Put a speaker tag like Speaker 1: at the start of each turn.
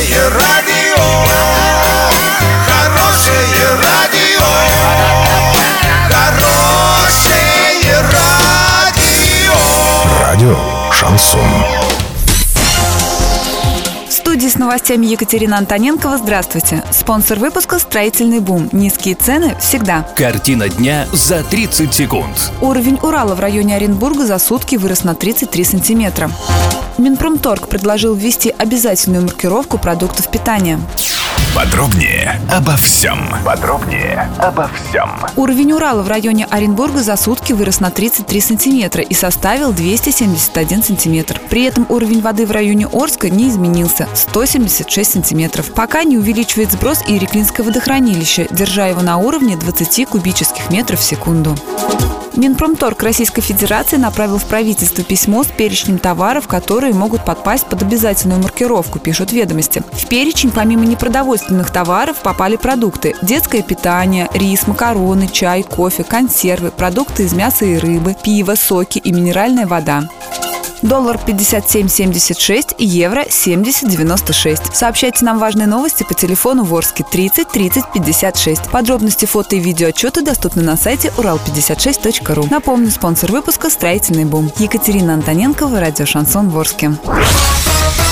Speaker 1: радио, хорошее радио, хорошее радио.
Speaker 2: Радио Шансон.
Speaker 3: В студии с новостями Екатерина Антоненкова. Здравствуйте. Спонсор выпуска «Строительный бум». Низкие цены всегда.
Speaker 4: Картина дня за 30 секунд.
Speaker 3: Уровень Урала в районе Оренбурга за сутки вырос на 33 сантиметра. Минпромторг предложил ввести обязательную маркировку продуктов питания.
Speaker 2: Подробнее обо всем.
Speaker 3: Уровень Урала в районе Оренбурга за сутки вырос на 33 сантиметра и составил 271 сантиметр. При этом уровень воды в районе Орска не изменился – 176 сантиметров. Пока не увеличивает сброс и Иреклинское водохранилище, держа его на уровне 20 кубических метров в секунду. Минпромторг Российской Федерации направил в правительство письмо с перечнем товаров, которые могут подпасть под обязательную маркировку, пишут «Ведомости». В перечень помимо непродовольственных товаров попали продукты: детское питание, рис, макароны, чай, кофе, консервы, продукты из мяса и рыбы, пиво, соки и минеральная вода. Доллар 57.76, евро 70.96. Сообщайте нам важные новости по телефону Ворске 30 30 56. Подробности, фото и видеоотчеты доступны на сайте урал56.ру. Напомню, спонсор выпуска «Строительный бум». Екатерина Антоненкова, радио Шансон, Ворске.